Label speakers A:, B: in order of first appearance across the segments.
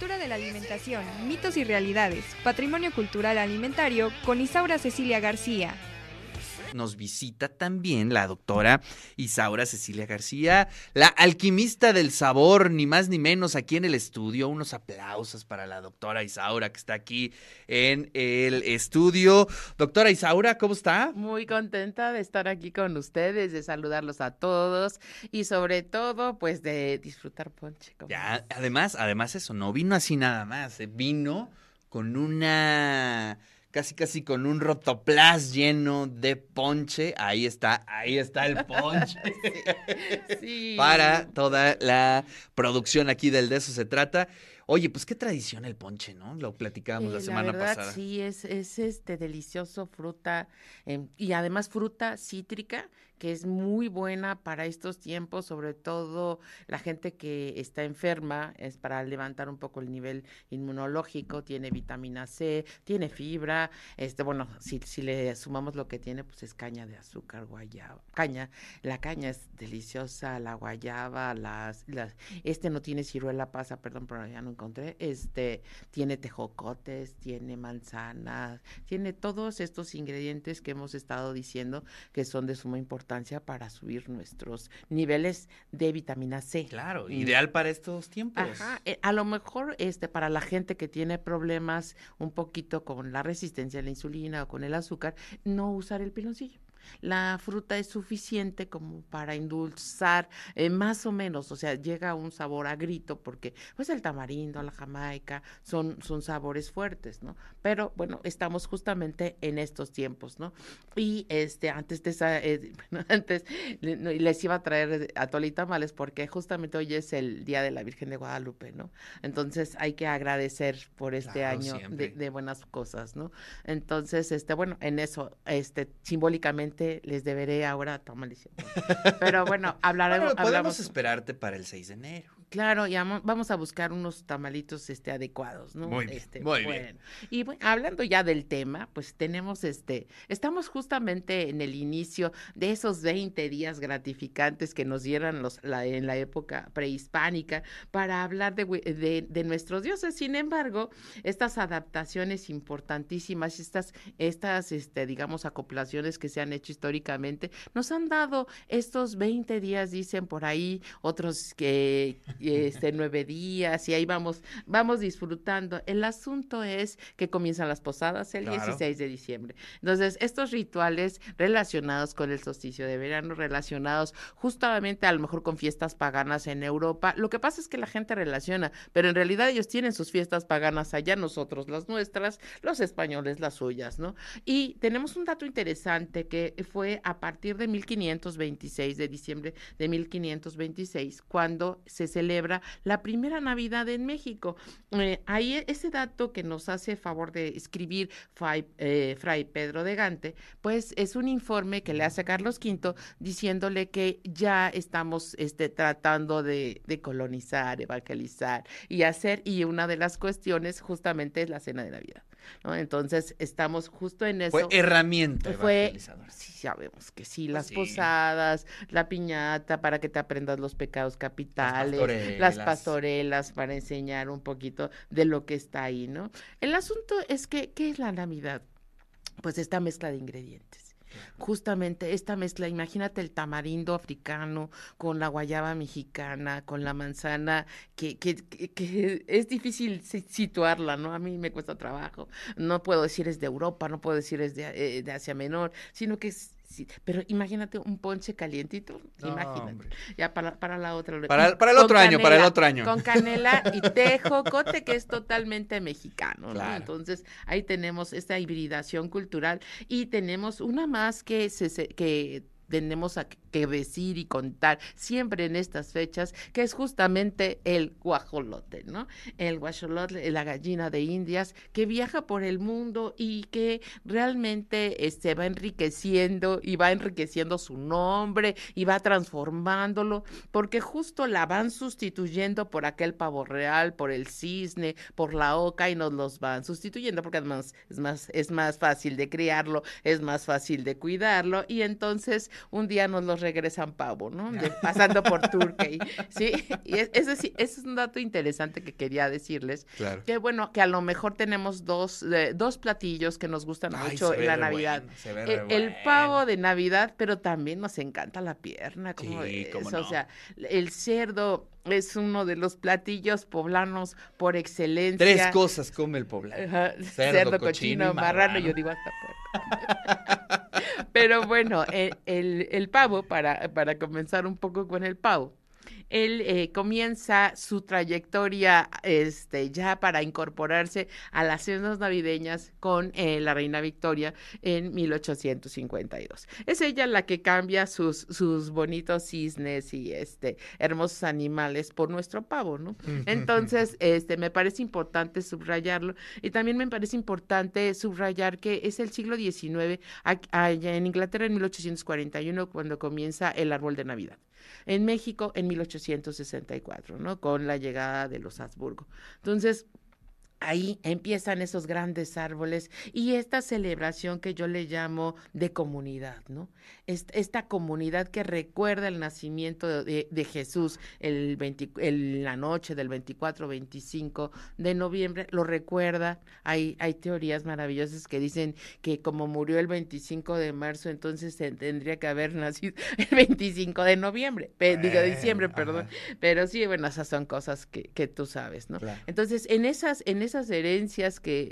A: cultura de la alimentación, mitos y realidades, patrimonio cultural alimentario con Isaura Cecilia García.
B: Nos visita también la doctora Isaura Cecilia García, la alquimista del sabor, ni más ni menos, aquí en el estudio. Unos aplausos para la doctora Isaura que está aquí en el estudio. Doctora Isaura, ¿cómo está?
C: Muy contenta de estar aquí con ustedes, de saludarlos a todos y sobre todo, pues, de disfrutar ponche.
B: Ya, además eso, no vino así nada más, vino con una... Casi con un rotoplas lleno de ponche. Ahí está el ponche.
C: Sí.
B: Para toda la producción aquí del De Eso Se Trata. Oye, pues qué tradición el ponche, ¿no? Lo platicábamos la semana pasada.
C: Sí, es delicioso, fruta, y además fruta cítrica, que es muy buena para estos tiempos, sobre todo la gente que está enferma, es para levantar un poco el nivel inmunológico, tiene vitamina C, tiene fibra, bueno, si le sumamos lo que tiene, pues es caña de azúcar, guayaba, la caña es deliciosa, la guayaba, no tiene ciruela pasa, perdón, pero ya no encontré, tiene tejocotes, tiene manzanas, tiene todos estos ingredientes que hemos estado diciendo que son de suma importancia para subir nuestros niveles de vitamina C.
B: Claro, ideal para estos tiempos.
C: Ajá, a lo mejor para la gente que tiene problemas un poquito con la resistencia a la insulina o con el azúcar, no usar el piloncillo. La fruta es suficiente como para endulzar, más o menos, o sea, llega a un sabor agrito porque pues el tamarindo, la jamaica son sabores fuertes, ¿no? Pero bueno, estamos justamente en estos tiempos, ¿no? Y antes les iba a traer atole y tamales porque justamente hoy es el Día de la Virgen de Guadalupe, ¿no? Entonces hay que agradecer por este año de buenas cosas, ¿no? Entonces, bueno, en eso, simbólicamente les deberé ahora tamales. Pero bueno,
B: podemos esperarte para el 6 de enero.
C: Claro, y vamos a buscar unos tamalitos adecuados, ¿no?
B: Muy bien.
C: Y bueno, hablando ya del tema, pues estamos justamente en el inicio de esos 20 días gratificantes que nos dieran en la época prehispánica para hablar de nuestros dioses. Sin embargo, estas adaptaciones importantísimas, estas digamos, acoplaciones que se han hecho históricamente, nos han dado estos 20 días, dicen por ahí, otros que 9 días, y ahí vamos disfrutando. El asunto es que comienzan las posadas el 16 de diciembre. Entonces, estos rituales relacionados con el solsticio de verano, relacionados justamente a lo mejor con fiestas paganas en Europa, lo que pasa es que la gente relaciona, pero en realidad ellos tienen sus fiestas paganas allá, nosotros las nuestras, los españoles las suyas, ¿no? Y tenemos un dato interesante que fue a partir de 1526, de diciembre de 1526, cuando se celebra la primera Navidad en México. Ahí ese dato que nos hace favor de escribir Fray Pedro de Gante, pues es un informe que le hace a Carlos V diciéndole que ya estamos tratando de colonizar, evangelizar y una de las cuestiones justamente es la cena de Navidad, ¿no? Entonces estamos justo en eso.
B: Fue herramienta evangelizadora.
C: Sí, sabemos que sí, las posadas, la piñata para que te aprendas los pecados capitales, las pastorelas para enseñar un poquito de lo que está ahí, ¿no? El asunto es que, ¿qué es la Navidad? Pues esta mezcla de ingredientes. Justamente esta mezcla, imagínate el tamarindo africano con la guayaba mexicana, con la manzana, que es difícil situarla, ¿no? A mí me cuesta trabajo. No puedo decir es de Europa, no puedo decir es de Asia Menor, sino que es... Sí, pero imagínate un ponche calientito, imagínate.
B: Hombre.
C: Ya para la otra.
B: Para el otro año.
C: Con canela y tejocote, que es totalmente mexicano, ¿no?
B: Claro.
C: Entonces, ahí tenemos esta hibridación cultural y tenemos una más que tenemos que decir y contar siempre en estas fechas, que es justamente el guajolote, ¿no? El guajolote, la gallina de Indias, que viaja por el mundo y que realmente va enriqueciendo y va enriqueciendo su nombre y va transformándolo, porque justo la van sustituyendo por aquel pavo real, por el cisne, por la oca, y nos los van sustituyendo, porque además es más fácil de criarlo, es más fácil de cuidarlo, y entonces un día nos los regresan pavo, ¿no? Pasando por Turkey, ¿sí? Y eso sí, ese es un dato interesante que quería decirles.
B: Claro.
C: Que bueno, que a lo mejor tenemos dos platillos que nos gustan mucho en la Navidad. El pavo de Navidad, pero también nos encanta la pierna, ¿cómo
B: Sí,
C: ves?
B: cómo
C: O
B: no.
C: sea, el cerdo es uno de los platillos poblanos por excelencia.
B: 3 cosas come el poblano.
C: Ajá,
B: Cerdo,
C: cochino,
B: cochino y
C: marrano, yo digo hasta puerco. Pero bueno, el pavo, para comenzar un poco con el pavo, él comienza su trayectoria ya para incorporarse a las cenas navideñas con la reina Victoria en 1852. Es ella la que cambia sus bonitos cisnes y hermosos animales por nuestro pavo, ¿no? Entonces, me parece importante subrayarlo y también me parece importante subrayar que es el siglo XIX allá en Inglaterra en 1841 cuando comienza el árbol de Navidad. En México en 1864, ¿no? Con la llegada de los Habsburgo. Entonces, ahí empiezan esos grandes árboles y esta celebración que yo le llamo de comunidad, ¿no? Esta comunidad que recuerda el nacimiento de Jesús la noche del 24-25 de noviembre, lo recuerda. Hay teorías maravillosas que dicen que como murió el 25 de marzo, entonces tendría que haber nacido el 25 de noviembre, diciembre, perdón.
B: Ajá.
C: Pero sí, bueno, esas son cosas que tú sabes, ¿no?
B: Claro.
C: Entonces, en esas herencias que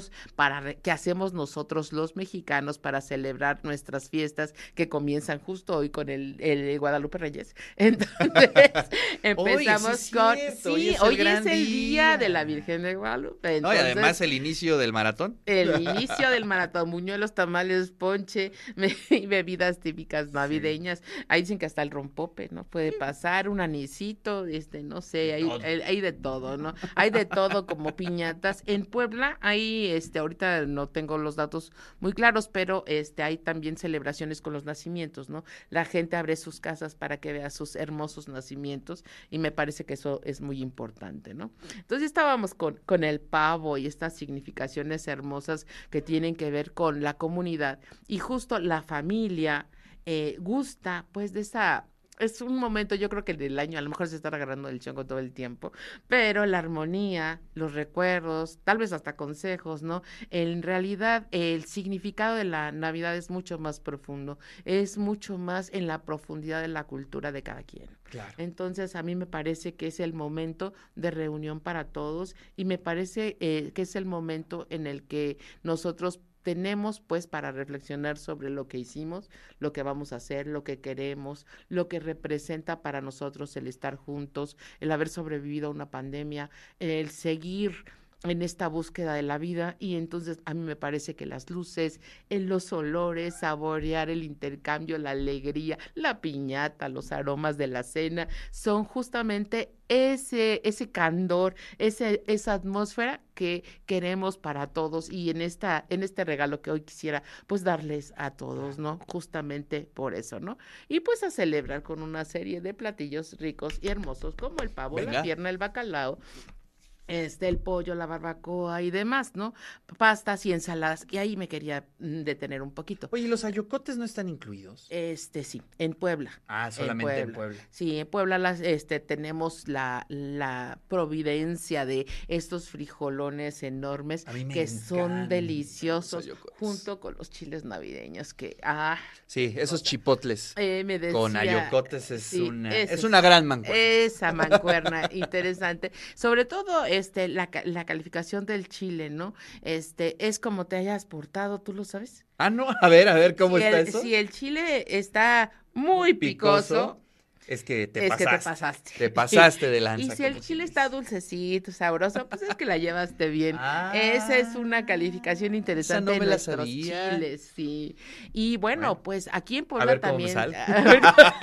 C: que hacemos nosotros los mexicanos para celebrar nuestras fiestas que comienzan justo hoy con el Guadalupe Reyes. Entonces, empezamos hoy es el día de la Virgen de Guadalupe. Entonces,
B: No, y además el inicio del maratón.
C: el inicio del maratón, buñuelos, tamales, ponche y bebidas típicas navideñas. Ahí dicen que hasta el rompope, ¿no? Puede pasar, un anisito, no sé, hay de todo, ¿no? Hay de todo como piñatas. En Puebla hay, ahorita no tengo los datos muy claros, pero hay también celebraciones con los nacimientos, ¿no? La gente abre sus casas para que vea sus hermosos nacimientos y me parece que eso es muy importante, ¿no? Entonces estábamos con el pavo y estas significaciones hermosas que tienen que ver con la comunidad y justo la familia gusta pues de esa. Es un momento, yo creo que del año, a lo mejor se está agarrando el chongo todo el tiempo, pero la armonía, los recuerdos, tal vez hasta consejos, ¿no? En realidad, el significado de la Navidad es mucho más profundo, es mucho más en la profundidad de la cultura de cada quien.
B: Claro.
C: Entonces, a mí me parece que es el momento de reunión para todos y me parece que es el momento en el que nosotros tenemos pues para reflexionar sobre lo que hicimos, lo que vamos a hacer, lo que queremos, lo que representa para nosotros el estar juntos, el haber sobrevivido a una pandemia, el seguir en esta búsqueda de la vida y entonces a mí me parece que las luces, en los olores, saborear el intercambio, la alegría, la piñata, los aromas de la cena, son justamente ese candor, esa atmósfera que queremos para todos y en este regalo que hoy quisiera pues darles a todos, ¿no? Justamente por eso, ¿no? Y pues a celebrar con una serie de platillos ricos y hermosos como el pavo,
B: Venga.
C: la pierna, el bacalao, el pollo, la barbacoa y demás, ¿no? Pastas y ensaladas. Y ahí me quería detener un poquito.
B: Oye, ¿los ayocotes no están incluidos?
C: Sí, en Puebla.
B: Ah, solamente en Puebla.
C: Sí, en Puebla tenemos la providencia de estos frijolones enormes
B: A mí me
C: que son
B: encantan
C: deliciosos
B: los ayocotes.
C: junto con los chiles navideños que,
B: Sí, esos chipotles
C: me decía,
B: con ayocotes es
C: sí,
B: una gran mancuerna.
C: esa mancuerna interesante. Sobre todo, la calificación del chile, ¿no? Es como te hayas portado, ¿tú lo sabes?
B: Ah, no, a ver, ¿cómo está eso?
C: Si el chile está muy picoso,
B: es que te
C: es
B: pasaste.
C: que te pasaste.
B: Te pasaste de lanza.
C: Y si el
B: como
C: chile
B: quien
C: está
B: dice.
C: dulcecito, sabroso, pues es que la llevaste bien.
B: Ah,
C: Esa es una calificación interesante
B: esa no
C: de
B: me la
C: nuestros
B: sabía.
C: chiles, sí. Y bueno, pues aquí en Puebla
B: ver cómo me
C: también.
B: sale.
C: A ver,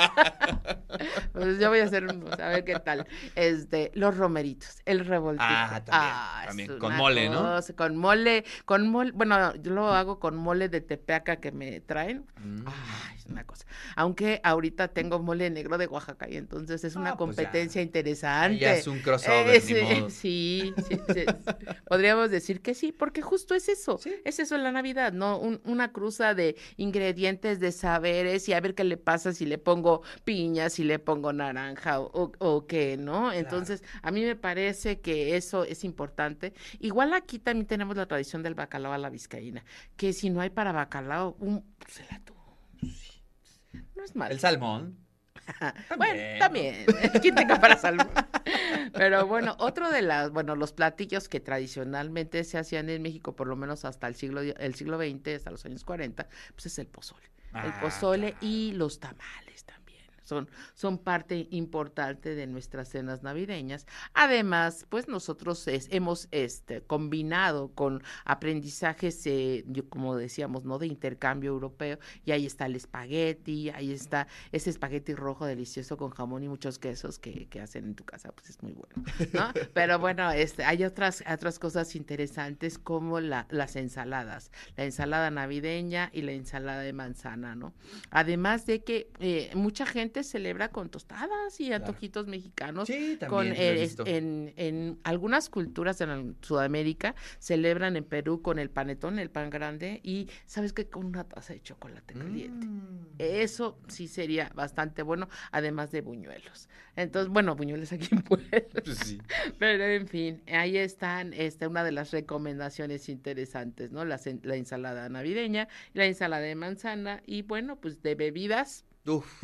C: pues yo voy a hacer unos, a ver qué tal. Los romeritos, el revoltito.
B: También.
C: Es
B: Con
C: una
B: mole, ¿no?
C: cosa, con mole, bueno, yo lo hago con mole de tepeaca que me traen.
B: Mm.
C: Es una cosa. Aunque ahorita tengo mole negro de Oaxaca, y entonces es una
B: pues
C: competencia
B: ya
C: interesante.
B: ya es un crossover, ni modo.
C: Sí, podríamos decir que sí, porque justo es eso,
B: Sí.
C: es eso la Navidad, ¿no? Una cruza de ingredientes, de saberes, y a ver qué le pasa si le pongo piña, si le pongo naranja o qué, ¿no? Entonces, a mí me parece que eso es importante. Igual aquí también tenemos la tradición del bacalao a la vizcaína, que si no hay para bacalao, pues el atún, sí, no es malo.
B: El salmón.
C: Bueno, también, ¿quién tenga para salmón? Pero bueno, otro de los platillos que tradicionalmente se hacían en México, por lo menos hasta el siglo XX, hasta los años 40, pues es el pozole. El pozole
B: Claro.
C: y los tamales también. Son parte importante de nuestras cenas navideñas. Además, pues nosotros hemos combinado con aprendizajes, como decíamos, ¿no? De intercambio europeo, y ahí está el espagueti, ahí está ese espagueti rojo delicioso con jamón y muchos quesos que hacen en tu casa, pues es muy bueno, ¿no? Pero bueno, hay otras cosas interesantes como las ensaladas, la ensalada navideña y la ensalada de manzana, ¿no? Además de que mucha gente celebra con tostadas y antojitos mexicanos.
B: Sí, también
C: Con
B: lo he visto.
C: en algunas culturas en Sudamérica celebran en Perú con el panetón, el pan grande, y ¿sabes qué? Con una taza de chocolate caliente. Eso sí sería bastante bueno, además de buñuelos. Entonces, bueno, buñuelos aquí en Puebla.
B: Pues sí.
C: Pero en fin, ahí están una de las recomendaciones interesantes, ¿no? La ensalada navideña, la ensalada de manzana, y bueno, pues de bebidas,
B: Uf,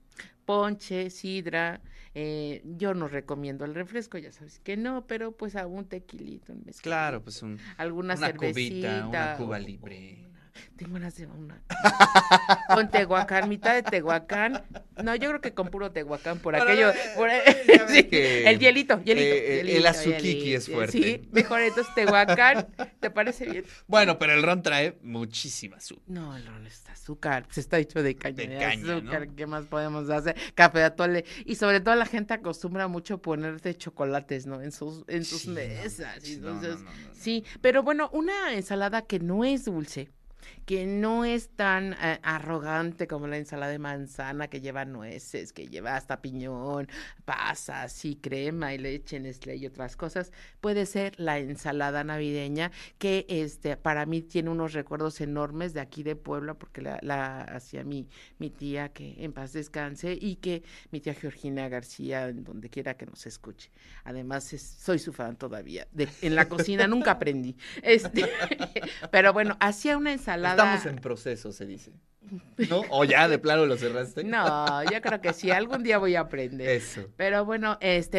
C: ponche, sidra. Yo no recomiendo el refresco, ya sabes que no, pero pues a un tequilito, un mezcalito,
B: claro, pues
C: alguna
B: una
C: cervecita,
B: cubita, una Cuba Libre.
C: Tengo ganas de una. Con Tehuacán, mitad de Tehuacán. No, yo creo que con puro Tehuacán, por
B: Bueno,
C: aquello.
B: ya ves
C: Sí,
B: que,
C: el hielito.
B: el azuquiqui es fuerte.
C: Sí, mejor entonces Tehuacán. ¿Te parece bien?
B: Bueno, pero el ron trae muchísima azúcar.
C: No, el ron está azúcar. Pues está hecho de caña de azúcar.
B: ¿no?
C: ¿Qué más podemos hacer? Café de atole. Y sobre todo la gente acostumbra mucho ponerte chocolates, ¿no? En sus
B: Sí,
C: mesas.
B: no,
C: Entonces,
B: no.
C: sí. Pero bueno, una ensalada que no es dulce, que no es tan arrogante como la ensalada de manzana, que lleva nueces, que lleva hasta piñón, pasas y crema y leche Nestlé y otras cosas, puede ser la ensalada navideña, que para mí tiene unos recuerdos enormes de aquí de Puebla, porque la hacía mi tía, que en paz descanse, y que mi tía Georgina García, en donde quiera que nos escuche. Además, soy su fan todavía. En la cocina nunca aprendí. Pero bueno, hacía una ensalada.
B: Estamos en proceso, se dice. ¿No? ¿O ya de plano lo cerraste?
C: No, yo creo que sí, algún día voy a aprender.
B: Eso.
C: Pero bueno,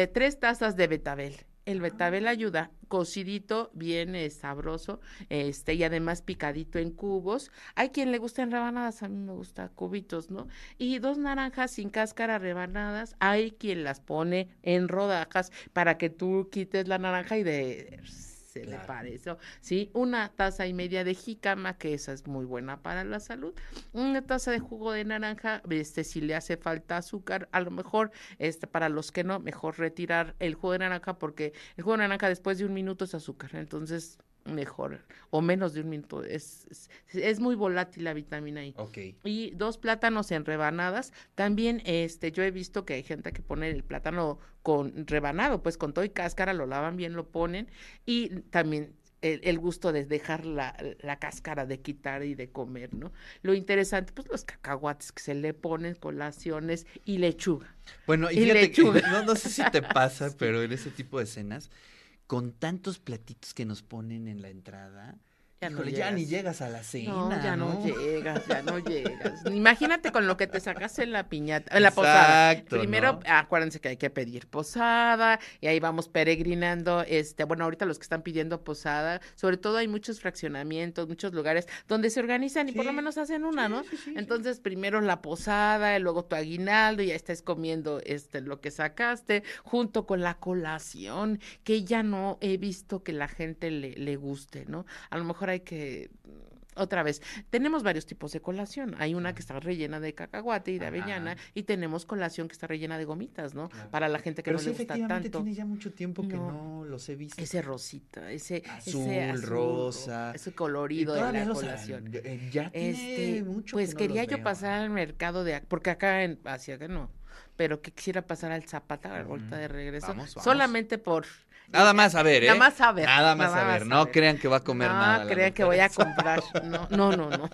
C: 3 tazas de betabel. El betabel ayuda, cocidito, bien sabroso, y además picadito en cubos. Hay quien le gusta en rebanadas, a mí me gusta cubitos, ¿no? Y 2 naranjas sin cáscara rebanadas. Hay quien las pone en rodajas para que tú quites la naranja y se le parece, ¿sí? 1,5 tazas de jícama, que esa es muy buena para la salud. 1 taza de jugo de naranja, si le hace falta azúcar, a lo mejor, para los que no, mejor retirar el jugo de naranja, porque el jugo de naranja después de 1 minuto es azúcar, entonces mejor, o menos de 1 minuto, es muy volátil la vitamina I.
B: Ok.
C: Y 2 plátanos en rebanadas. También yo he visto que hay gente que pone el plátano con rebanado, pues con todo y cáscara, lo lavan bien, lo ponen, y también el gusto de dejar la cáscara, de quitar y de comer, ¿no? Lo interesante, pues los cacahuates que se le ponen, colaciones y lechuga.
B: Bueno, y fíjate que no sé si te pasa, pero en ese tipo de cenas, con tantos platitos que nos ponen en la entrada, ya ni llegas a la cena,
C: No, ya
B: ¿no?
C: no llegas. Imagínate con lo que te sacaste en la piñata, en la posada. Primero,
B: ¿no?
C: acuérdense que hay que pedir posada, y ahí vamos peregrinando. Bueno, ahorita los que están pidiendo posada, sobre todo hay muchos fraccionamientos, muchos lugares donde se organizan y por lo menos hacen una, ¿no? Sí. Entonces, primero la posada, y luego tu aguinaldo, y ya estás comiendo lo que sacaste, junto con la colación, que ya no he visto que la gente le guste, ¿no? A lo mejor hay que, otra vez, tenemos varios tipos de colación. Hay una que está rellena de cacahuate y de avellana, y tenemos colación que está rellena de gomitas, ¿no? Claro. Para la gente que no le gusta tanto. Pero sí, efectivamente
B: tiene ya mucho tiempo que no los he visto.
C: Ese rosita, ese azul,
B: rosa.
C: Ese colorido de la colación.
B: Ya tiene mucho
C: pues
B: que no
C: quería
B: los
C: yo
B: veo.
C: pasar al mercado porque acá en Asia que no. pero que quisiera pasar al Zapata a la vuelta de regreso,
B: Vamos.
C: solamente por...
B: Nada más a ver, ¿eh?
C: Nada más a ver.
B: Nada más a ver. No crean que va a comer nada.
C: No crean que voy a comprar. No.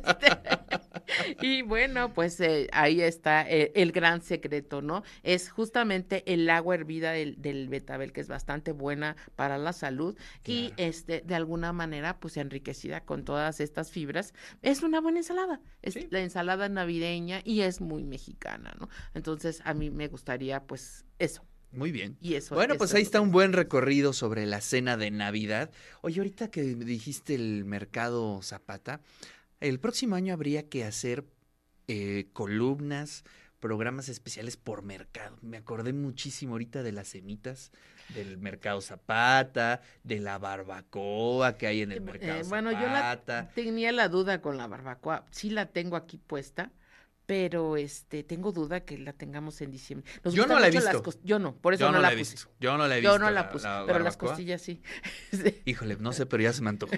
C: Y bueno, pues ahí está el gran secreto, ¿no? Es justamente el agua hervida del betabel, que es bastante buena para la salud y de alguna manera pues enriquecida con todas estas fibras. Es una buena ensalada. Es la ensalada navideña y es muy mexicana, ¿no? Entonces a mí me gustaría pues eso.
B: Muy bien.
C: Y eso,
B: bueno, pues ahí
C: es
B: está un buen recorrido sobre la cena de Navidad. Oye, ahorita que dijiste el mercado Zapata, el próximo año habría que hacer columnas, programas especiales por mercado. Me acordé muchísimo ahorita de las semitas del mercado Zapata, de la barbacoa que hay en el mercado Zapata.
C: Yo tenía la duda con la barbacoa. Sí la tengo aquí puesta. Pero tengo duda que la tengamos en diciembre.
B: Yo no la he visto.
C: Yo no, por eso no la puse.
B: Yo no la he visto.
C: Yo no la puse, pero las costillas sí.
B: Híjole, no sé, pero ya se me antojó.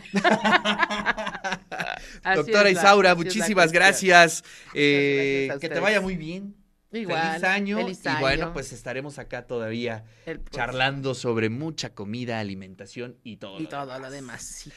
B: Doctora Isaura, muchísimas gracias. Que te vaya muy bien.
C: Igual,
B: feliz año.
C: Feliz año.
B: Y bueno, pues estaremos acá todavía charlando sobre mucha comida, alimentación y todo.
C: Y todo lo demás, sí.